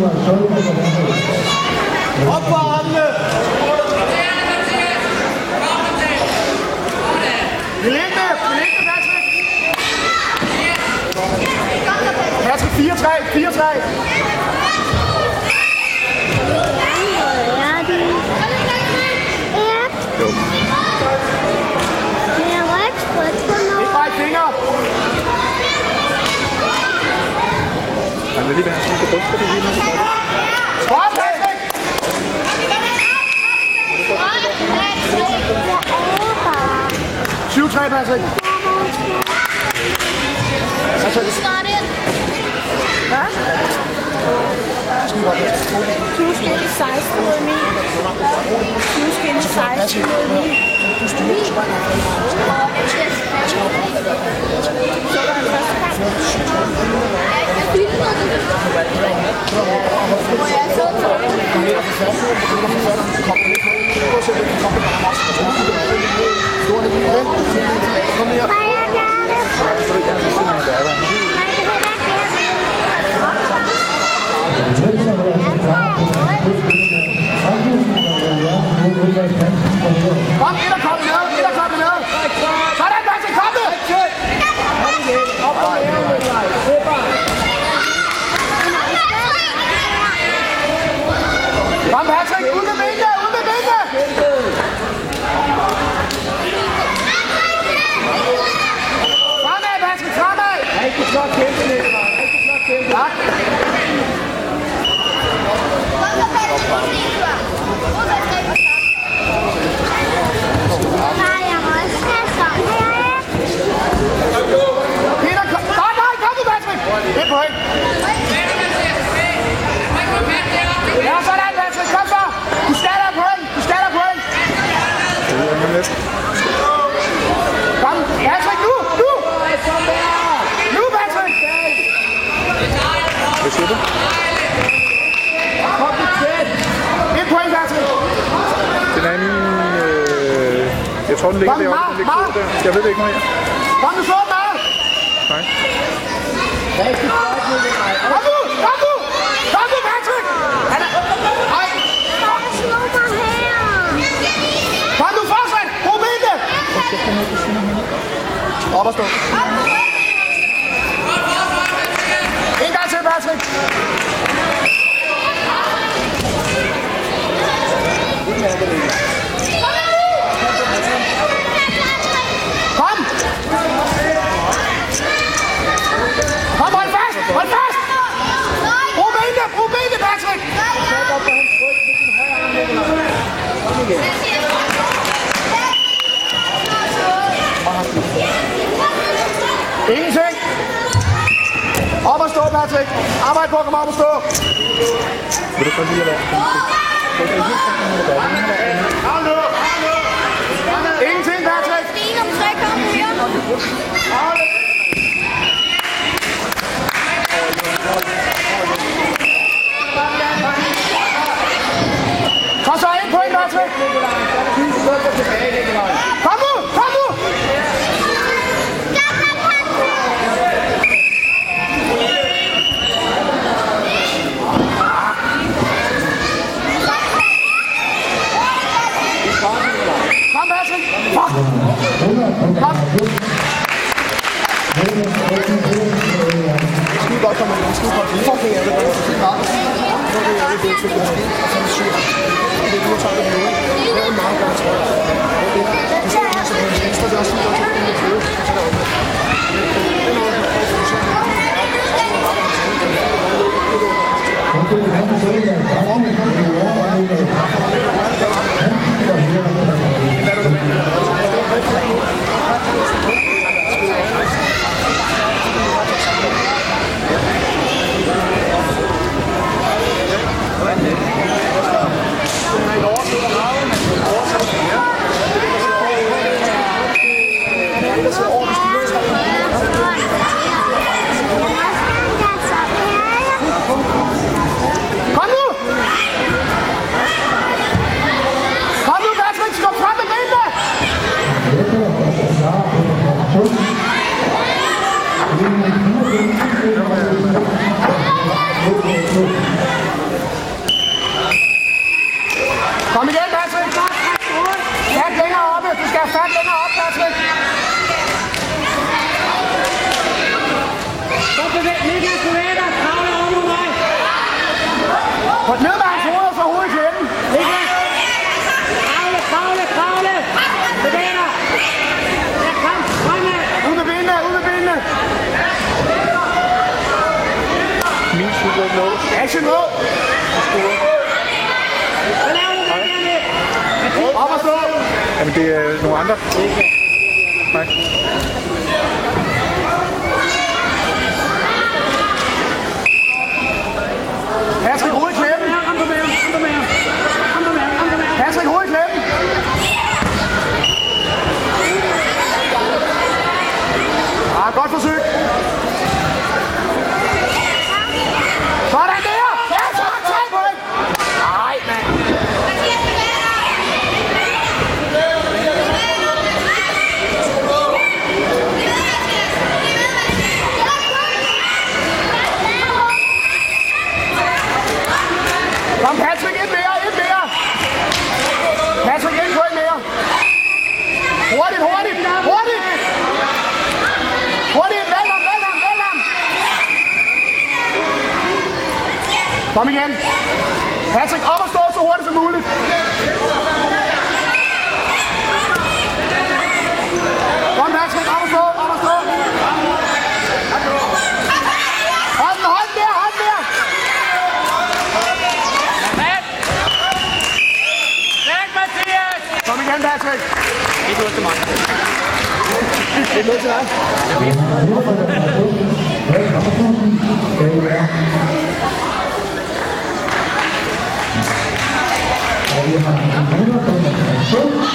Op på armene! Belægge, Patrick! Patrick, 4-3, 4-3! Ikke bare et finger! Han vil lige være sådan på bryst, fordi lige nu så godt. Stop, Patrick! 7-3, Patrick! Hvad? Du skal 16 mod 9. Du skal 16 mod 9. Du styrer, du springer. Så var han første kamp. Jeg filmer det. Må jeg så Kom her. Kom, ind og kom ned, ind og kom ned. Sådan, Patrick, kom ned. Kom, Patrick, ud med benene, ud med benene. Fremad, Patrick, fremad. Rigtig flot kæmpe, Nikolaj. Rigtig flot kæmpe. Tak. Peter, kom. Nej, kom du, Patrick. Et point. Ja, sådan, Patrick. Kom så. Du skal have point. Du skal have point. Kom, Patrick, nu. Nu. Nu, Patrick. Hvad siger du? Kom, et point, Patrick. Den er min... Jeg tror, den ligger deroppe. Den ligger der. Jeg ved det ikke mere. Kom, du så den af. Nej. Kom nu, kom nu. Kom nu, Patrick. Nej. Kom nu, fortsæt. Brug benene. Op og stå. En gang til, Patrick. Kom! Kom, hold fast! Hold fast! Brug benene, Patrick! Ingenting! Op og stå, Patrick! Arbejd på at komme op og stå! Vil du godt lige at være? Ingenting, Patrick! Kom så ind, point, Patrick! Kom nu! Kom nu! Kom, Patrick! Fuck! Kom! Det er godt, når man skide på en fucking af det, der er så klart. Så er det jo ikke det, så det er sygt. Det er nu, tager det nu. Det er meget godt, tror jeg. Det er så en ekstra, det er også sådan, at det er fløde. Så der er det. Det er noget, der er Kom nu! Min cykel er ikke låst. Action rød! Op og stå! Jamen, det er nogle andre. Nej. Patrick, hoved i klemmen! Patrick, hoved i klemmen! Ah, godt forsøg! Sådan der! Ja, så 3 point! Ej, mand! Kom, Patrick, et mere! Patrick, 1 point mere! Hurtigt! Vælg ham! Kom igen! Patrick, op og stå så hurtigt som muligt! Kom, Patrick, op og stå! Hold der! Kom igen, Patrick! Det er til mig. Det er noget til dig.